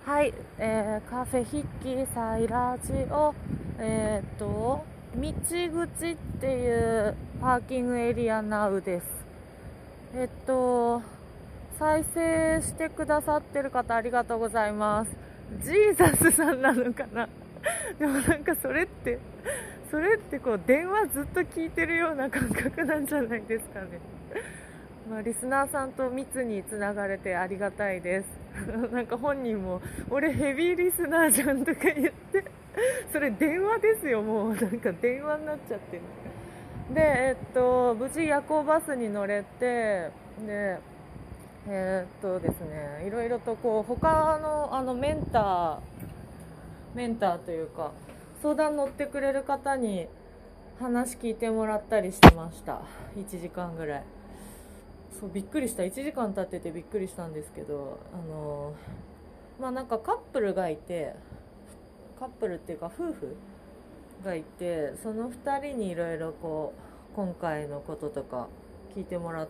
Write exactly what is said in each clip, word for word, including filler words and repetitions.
はい、えーカフェ筆記サイラジオ、えーっと、道口っていうパーキングエリアナウです。えっと、再生してくださってる方ありがとうございます。ジーザスさんなのかな。でもなんかそれって、それってこう電話ずっと聞いてるような感覚なんじゃないですかね。まあ、リスナーさんと密につながれてありがたいです。なんか本人も俺ヘビーリスナーじゃんとか言ってそれ電話ですよ。もうなんか電話になっちゃってる。でえっと無事夜行バスに乗れて、でえっとですねいろいろとこう他のあのメンターメンターというか相談乗ってくれる方に話聞いてもらったりしてました。いちじかんぐらい。そうびっくりした。いちじかん経っててびっくりしたんですけど、あのまあなんかカップルがいて、カップルっていうか夫婦がいて、そのふたりにいろいろこう今回のこととか聞いてもらって、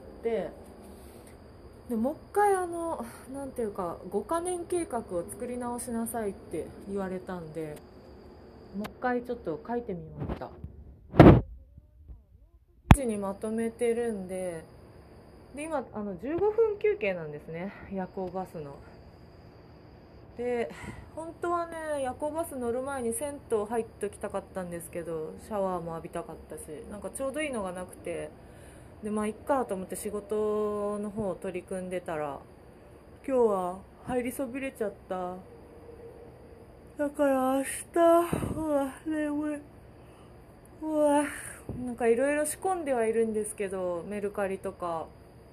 でもう一回あのなんていうかごかねん計画を作り直しなさいって言われたんで、もう一回ちょっと書いてみました。記事にまとめてるんで、で今あのじゅうごふん休憩なんですね、夜行バスの。で本当はね夜行バス乗る前に銭湯入っときたかったんですけど、シャワーも浴びたかったし、なんかちょうどいいのがなくて、でまあいっかと思って仕事の方を取り組んでたら、今日は入りそびれちゃった。だから明日、うわ眠い、うわなんかいろいろ仕込んではいるんですけど、メルカリとか、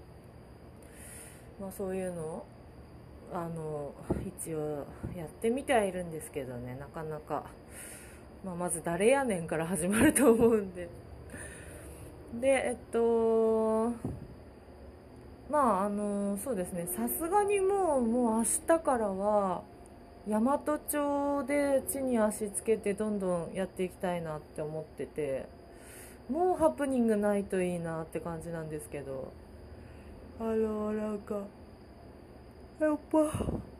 まあそういうのあの一応やってみてはいるんですけどね、なかなか、まあ、まず誰やねんから始まると思うんで。でえっとまああのそうですね、さすがにもうもう明日からは大和町で地に足つけてどんどんやっていきたいなって思ってて、もうハプニングないといいなって感じなんですけど、あのなんかやっぱ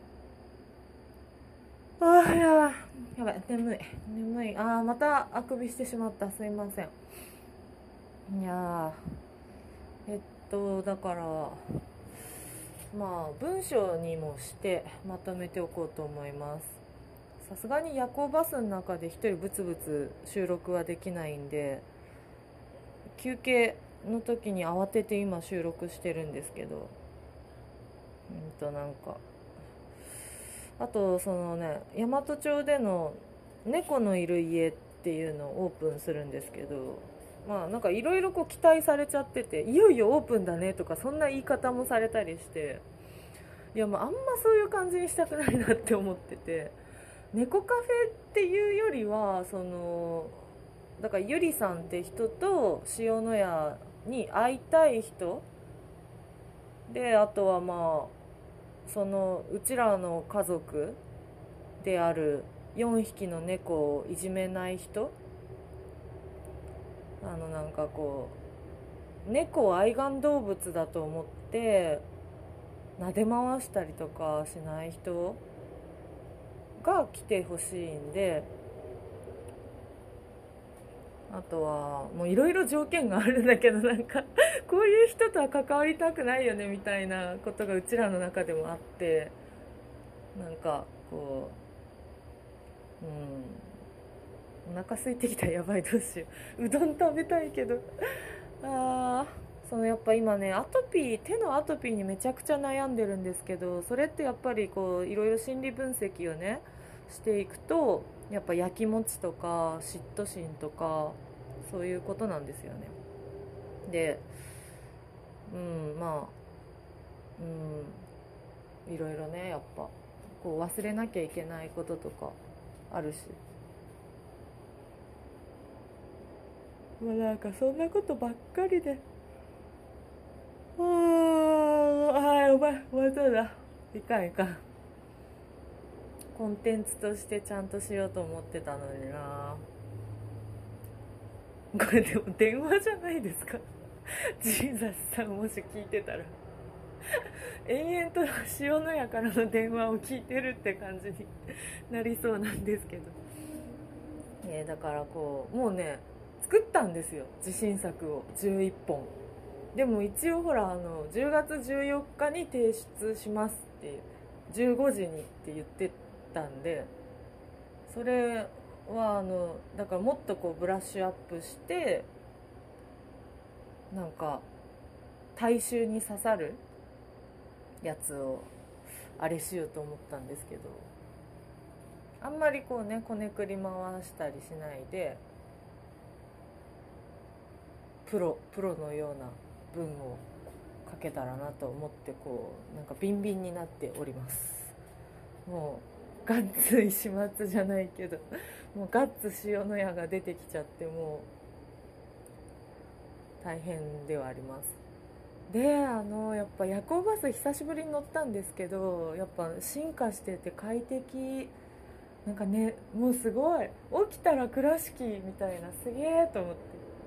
あーやばいやばい、眠い眠い、あーまたあくびしてしまった、すいません。いやーえっとだからまあ文章にもしてまとめておこうと思います。さすがに夜行バスの中で一人ブツブツ収録はできないんで、休憩の時に慌てて今収録してるんですけど、うんとなんかあとそのね大和町での猫のいる家っていうのをオープンするんですけど、まあなんかいろいろこう期待されちゃってて、いよいよオープンだねとかそんな言い方もされたりして、いやまああんまそういう感じにしたくないなって思ってて、猫カフェっていうよりはそのだからゆりさんって人と塩の屋に会いたい人で、あとはまあそのうちらの家族であるよんひきの猫をいじめない人、あのなんかこう猫を愛玩動物だと思って撫で回したりとかしない人が来てほしいんで、あとはもういろいろ条件があるんだけど、なんかこういう人とは関わりたくないよねみたいなことがうちらの中でもあって、なんかこううんお腹空いてきた、やばいどうしよう、うどん食べたいけど、あーそのやっぱ今ねアトピー手のアトピーにめちゃくちゃ悩んでるんですけど、それってやっぱりこういろいろ心理分析をねしていくと、やっぱやきもちとか嫉妬心とかそういうことなんですよね。でうんまあうんいろいろねやっぱこう忘れなきゃいけないこととかあるし、もうなんかそんなことばっかりで、ああお前お前そうだ、いかんいかん、コンテンツとしてちゃんとしようと思ってたのにな。これでも電話じゃないですか。ジーザスさんもし聞いてたら延々と塩の屋からの電話を聞いてるって感じになりそうなんですけど、えー、だからこうもうね作ったんですよ、自信作をじゅういっぽん。でも一応ほらあのじゅうがつじゅうよっかに提出しますってじゅうごじにって言ってたんで、それはあのだからもっとこうブラッシュアップして、なんか大衆に刺さるやつをあれしようと思ったんですけど、あんまりこうねこねくり回したりしないで、プロプロのような文を書けたらなと思って、こうなんかビンビンになっております。もうガッツ石松じゃないけど、もうガッツ塩の矢が出てきちゃって、もう大変ではあります。であのやっぱ夜行バス久しぶりに乗ったんですけど、やっぱ進化してて快適。なんかね、もうすごい起きたら倉敷みたいな、すげえと思って、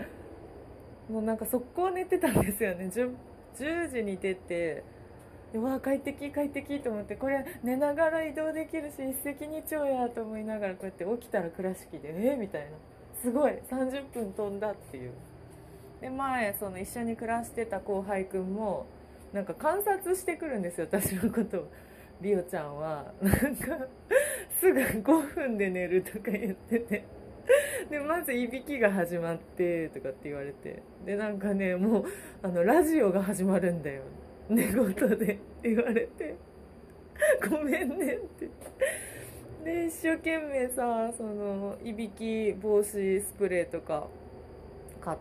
もうなんか速攻寝てたんですよね。 10, じゅうじに出て、うわ快適快適と思って、これ寝ながら移動できるし一石二鳥やと思いながら、こうやって起きたら倉敷で、えー、みたいな、すごいさんじゅっぷん飛んだっていう。で前その一緒に暮らしてた後輩くんもなんか観察してくるんですよ、私のことを。リオちゃんはなんかすぐごふんで寝るとか言ってて、でまずいびきが始まってとかって言われて、でなんかねもうあのラジオが始まるんだよ寝言でって言われて、ごめんねって。で一生懸命さ、そのいびき防止スプレーとか買って、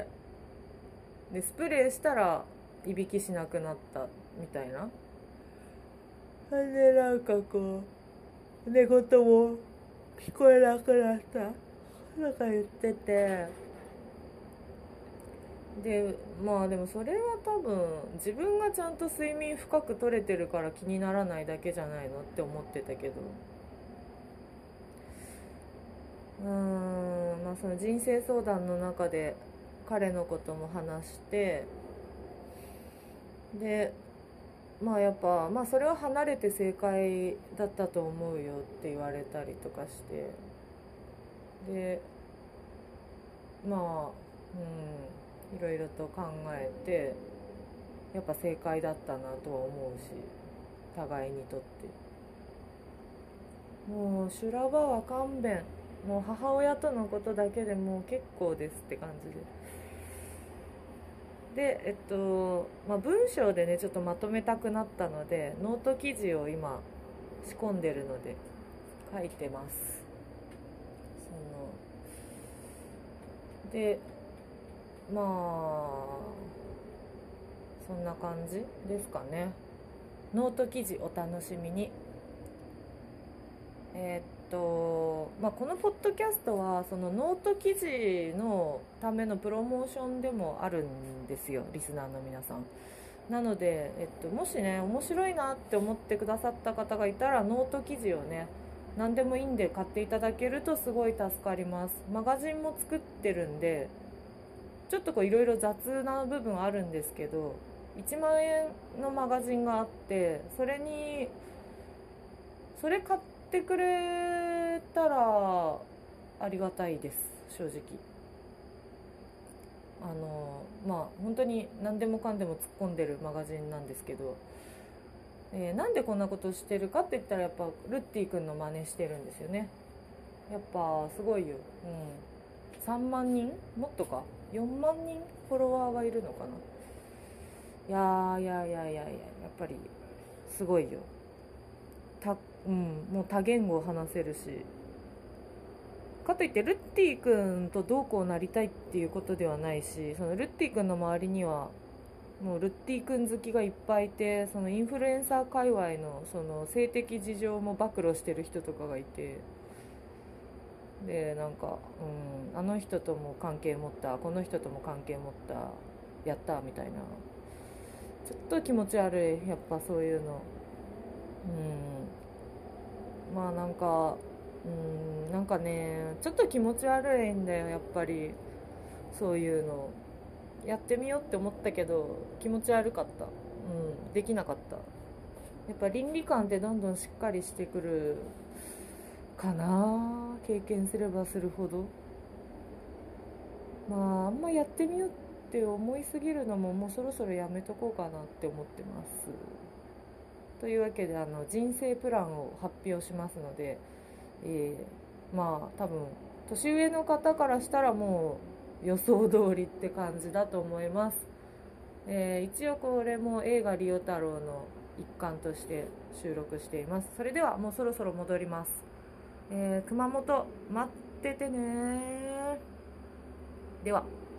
でスプレーしたらいびきしなくなったみたいな。でなんかこう寝言も聞こえなくなったなんか言ってて、でまあでもそれは多分自分がちゃんと睡眠深く取れてるから気にならないだけじゃないのって思ってたけど、うーんまあその人生相談の中で彼のことも話して、でまあやっぱまあそれは離れて正解だったと思うよって言われたりとかして、でまあうんいろいろと考えて、やっぱ正解だったなとは思うし、互いにとってもう修羅場は勘弁、もう母親とのことだけでもう結構ですって感じで。でえっと、まあ、文章でねちょっとまとめたくなったのでノート記事を今仕込んでるので書いてます。そのでまあそんな感じですかね。ノート記事お楽しみに。えーっとまあ、このポッドキャストはそのノート記事のためのプロモーションでもあるんですよ、リスナーの皆さん。なので、えっと、もしね面白いなって思ってくださった方がいたら、ノート記事をね何でもいいんで買っていただけるとすごい助かります。マガジンも作ってるんで、ちょっとこういろいろ雑な部分あるんですけど、いちまんえんのマガジンがあって、それにそれ買ってくれたらありがたいです、正直。あのまあ本当に何でもかんでも突っ込んでるマガジンなんですけど、えーなんでこんなことしてるかって言ったら、やっぱルッティ君の真似してるんですよね。やっぱすごいよ、うん、さんまんにんもっとかよんまんにんフォロワーがいるのかな。いやーいやいやいやいや、やっぱりすごいよ。た、うん、もう多言語を話せるし、かといってルッティ君とどうこうなりたいっていうことではないし、そのルッティ君の周りにはもうルッティ君好きがいっぱいいて、そのインフルエンサー界隈のその性的事情も暴露してる人とかがいて、でなんか、うん、あの人とも関係持った、この人とも関係持った、やったみたいな、ちょっと気持ち悪い、やっぱそういうの。うん、まあなんか、うん、なんかねちょっと気持ち悪いんだよ、やっぱり。そういうのやってみようって思ったけど気持ち悪かった。うんできなかった。やっぱ倫理観ってどんどんしっかりしてくるかな、経験すればするほど。まああんまやってみようって思いすぎるのももうそろそろやめとこうかなって思ってます。というわけであの人生プランを発表しますので、えーまあ多分年上の方からしたらもう予想通りって感じだと思います。えー一応これも映画「リオ太郎」の一環として収録しています。それではもうそろそろ戻ります。えー熊本待っててね。では。